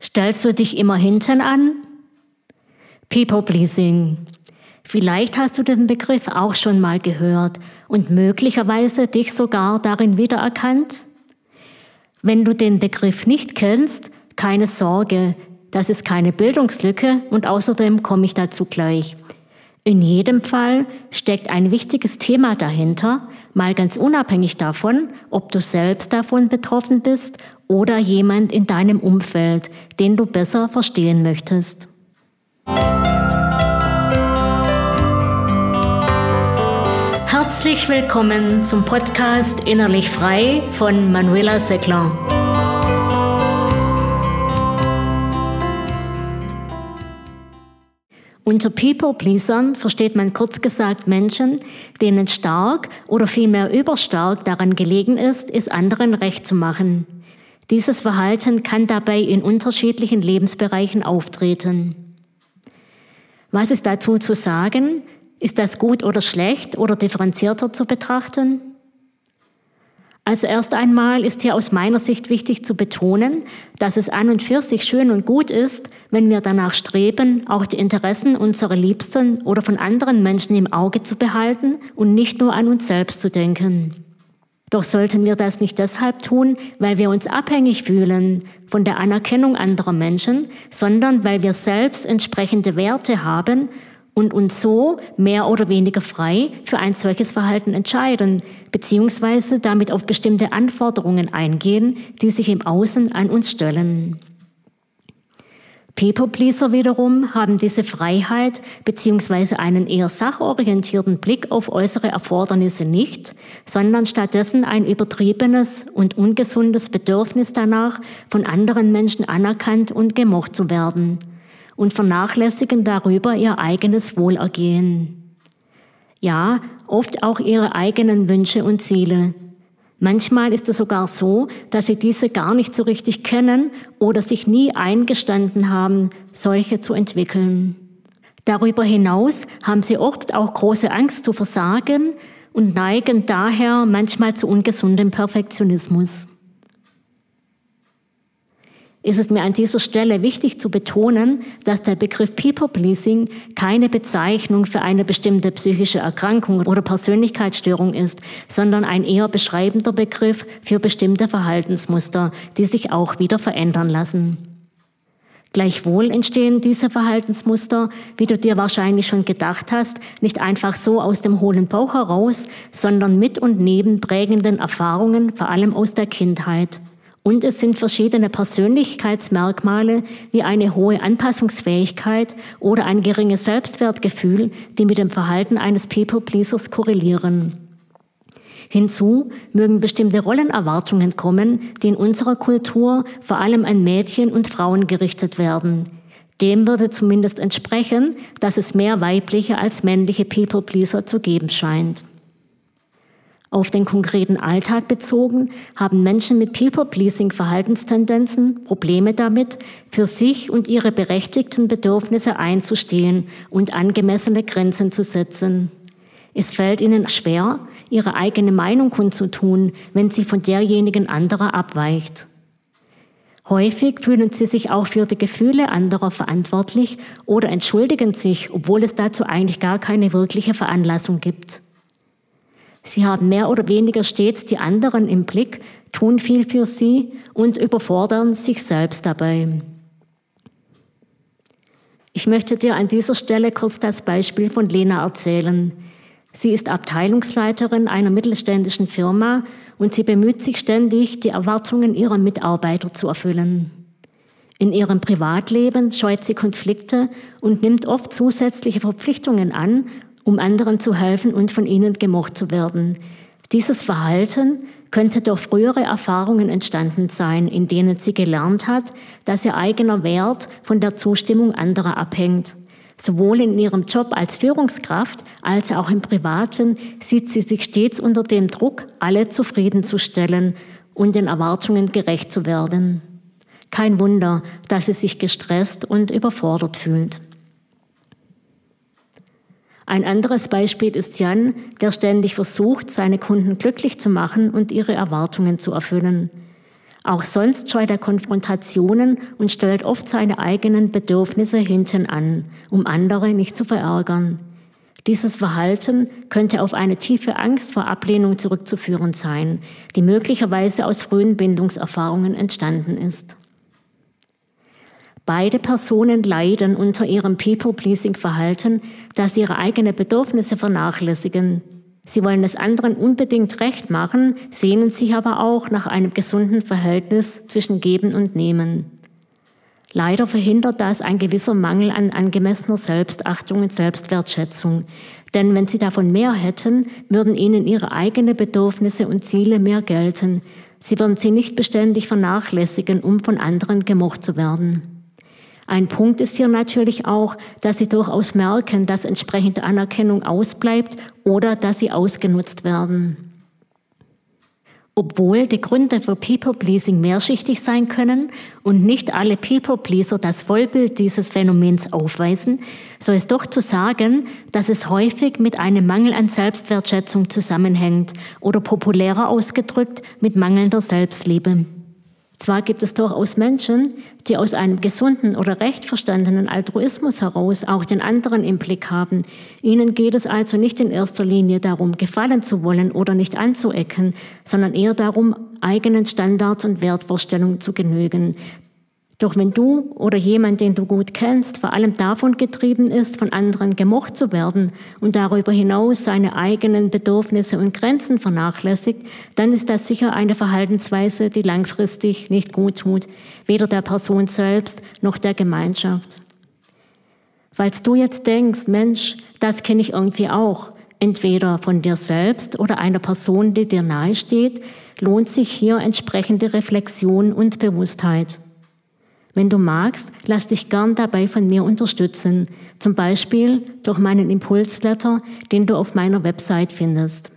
Stellst du dich immer hinten an? People-Pleasing. Vielleicht hast du den Begriff auch schon mal gehört und möglicherweise dich sogar darin wiedererkannt. Wenn du den Begriff nicht kennst, keine Sorge, das ist keine Bildungslücke und außerdem komme ich dazu gleich. In jedem Fall steckt ein wichtiges Thema dahinter, mal ganz unabhängig davon, ob du selbst davon betroffen bist oder jemand in deinem Umfeld, den du besser verstehen möchtest. Herzlich willkommen zum Podcast Innerlich Frei von Manuela Seckler. Unter People-Pleasern versteht man kurz gesagt Menschen, denen stark oder vielmehr überstark daran gelegen ist, es anderen recht zu machen. Dieses Verhalten kann dabei in unterschiedlichen Lebensbereichen auftreten. Was ist dazu zu sagen? Ist das gut oder schlecht oder differenzierter zu betrachten? Also erst einmal ist hier aus meiner Sicht wichtig zu betonen, dass es an und für sich schön und gut ist, wenn wir danach streben, auch die Interessen unserer Liebsten oder von anderen Menschen im Auge zu behalten und nicht nur an uns selbst zu denken. Doch sollten wir das nicht deshalb tun, weil wir uns abhängig fühlen von der Anerkennung anderer Menschen, sondern weil wir selbst entsprechende Werte haben und uns so mehr oder weniger frei für ein solches Verhalten entscheiden, beziehungsweise damit auf bestimmte Anforderungen eingehen, die sich im Außen an uns stellen. People-Pleaser wiederum haben diese Freiheit beziehungsweise einen eher sachorientierten Blick auf äußere Erfordernisse nicht, sondern stattdessen ein übertriebenes und ungesundes Bedürfnis danach, von anderen Menschen anerkannt und gemocht zu werden und vernachlässigen darüber ihr eigenes Wohlergehen. Ja, oft auch ihre eigenen Wünsche und Ziele. Manchmal ist es sogar so, dass sie diese gar nicht so richtig kennen oder sich nie eingestanden haben, solche zu entwickeln. Darüber hinaus haben sie oft auch große Angst zu versagen und neigen daher manchmal zu ungesundem Perfektionismus. Es ist mir an dieser Stelle wichtig zu betonen, dass der Begriff People-Pleasing keine Bezeichnung für eine bestimmte psychische Erkrankung oder Persönlichkeitsstörung ist, sondern ein eher beschreibender Begriff für bestimmte Verhaltensmuster, die sich auch wieder verändern lassen. Gleichwohl entstehen diese Verhaltensmuster, wie du dir wahrscheinlich schon gedacht hast, nicht einfach so aus dem hohlen Bauch heraus, sondern mit und neben prägenden Erfahrungen, vor allem aus der Kindheit. Und es sind verschiedene Persönlichkeitsmerkmale wie eine hohe Anpassungsfähigkeit oder ein geringes Selbstwertgefühl, die mit dem Verhalten eines People-Pleasers korrelieren. Hinzu mögen bestimmte Rollenerwartungen kommen, die in unserer Kultur vor allem an Mädchen und Frauen gerichtet werden. Dem würde zumindest entsprechen, dass es mehr weibliche als männliche People-Pleaser zu geben scheint. Auf den konkreten Alltag bezogen haben Menschen mit People-Pleasing-Verhaltenstendenzen Probleme damit, für sich und ihre berechtigten Bedürfnisse einzustehen und angemessene Grenzen zu setzen. Es fällt ihnen schwer, ihre eigene Meinung kundzutun, wenn sie von derjenigen anderer abweicht. Häufig fühlen sie sich auch für die Gefühle anderer verantwortlich oder entschuldigen sich, obwohl es dazu eigentlich gar keine wirkliche Veranlassung gibt. Sie haben mehr oder weniger stets die anderen im Blick, tun viel für sie und überfordern sich selbst dabei. Ich möchte dir an dieser Stelle kurz das Beispiel von Lena erzählen. Sie ist Abteilungsleiterin einer mittelständischen Firma und sie bemüht sich ständig, die Erwartungen ihrer Mitarbeiter zu erfüllen. In ihrem Privatleben scheut sie Konflikte und nimmt oft zusätzliche Verpflichtungen an, um anderen zu helfen und von ihnen gemocht zu werden. Dieses Verhalten könnte durch frühere Erfahrungen entstanden sein, in denen sie gelernt hat, dass ihr eigener Wert von der Zustimmung anderer abhängt. Sowohl in ihrem Job als Führungskraft als auch im Privaten sieht sie sich stets unter dem Druck, alle zufriedenzustellen und den Erwartungen gerecht zu werden. Kein Wunder, dass sie sich gestresst und überfordert fühlt. Ein anderes Beispiel ist Jan, der ständig versucht, seine Kunden glücklich zu machen und ihre Erwartungen zu erfüllen. Auch sonst scheut er Konfrontationen und stellt oft seine eigenen Bedürfnisse hinten an, um andere nicht zu verärgern. Dieses Verhalten könnte auf eine tiefe Angst vor Ablehnung zurückzuführen sein, die möglicherweise aus frühen Bindungserfahrungen entstanden ist. Beide Personen leiden unter ihrem People-Pleasing-Verhalten, da sie ihre eigenen Bedürfnisse vernachlässigen. Sie wollen es anderen unbedingt recht machen, sehnen sich aber auch nach einem gesunden Verhältnis zwischen Geben und Nehmen. Leider verhindert das ein gewisser Mangel an angemessener Selbstachtung und Selbstwertschätzung. Denn wenn sie davon mehr hätten, würden ihnen ihre eigenen Bedürfnisse und Ziele mehr gelten. Sie würden sie nicht beständig vernachlässigen, um von anderen gemocht zu werden. Ein Punkt ist hier natürlich auch, dass sie durchaus merken, dass entsprechende Anerkennung ausbleibt oder dass sie ausgenutzt werden. Obwohl die Gründe für People-Pleasing mehrschichtig sein können und nicht alle People-Pleaser das Vollbild dieses Phänomens aufweisen, so ist doch zu sagen, dass es häufig mit einem Mangel an Selbstwertschätzung zusammenhängt oder populärer ausgedrückt mit mangelnder Selbstliebe. Zwar gibt es durchaus Menschen, die aus einem gesunden oder recht verstandenen Altruismus heraus auch den anderen im Blick haben. Ihnen geht es also nicht in erster Linie darum, gefallen zu wollen oder nicht anzuecken, sondern eher darum, eigenen Standards und Wertvorstellungen zu genügen. Doch wenn du oder jemand, den du gut kennst, vor allem davon getrieben ist, von anderen gemocht zu werden und darüber hinaus seine eigenen Bedürfnisse und Grenzen vernachlässigt, dann ist das sicher eine Verhaltensweise, die langfristig nicht gut tut, weder der Person selbst noch der Gemeinschaft. Falls du jetzt denkst, Mensch, das kenne ich irgendwie auch, entweder von dir selbst oder einer Person, die dir nahesteht, lohnt sich hier entsprechende Reflexion und Bewusstheit. Wenn du magst, lass dich gern dabei von mir unterstützen, zum Beispiel durch meinen Impulsletter, den du auf meiner Website findest.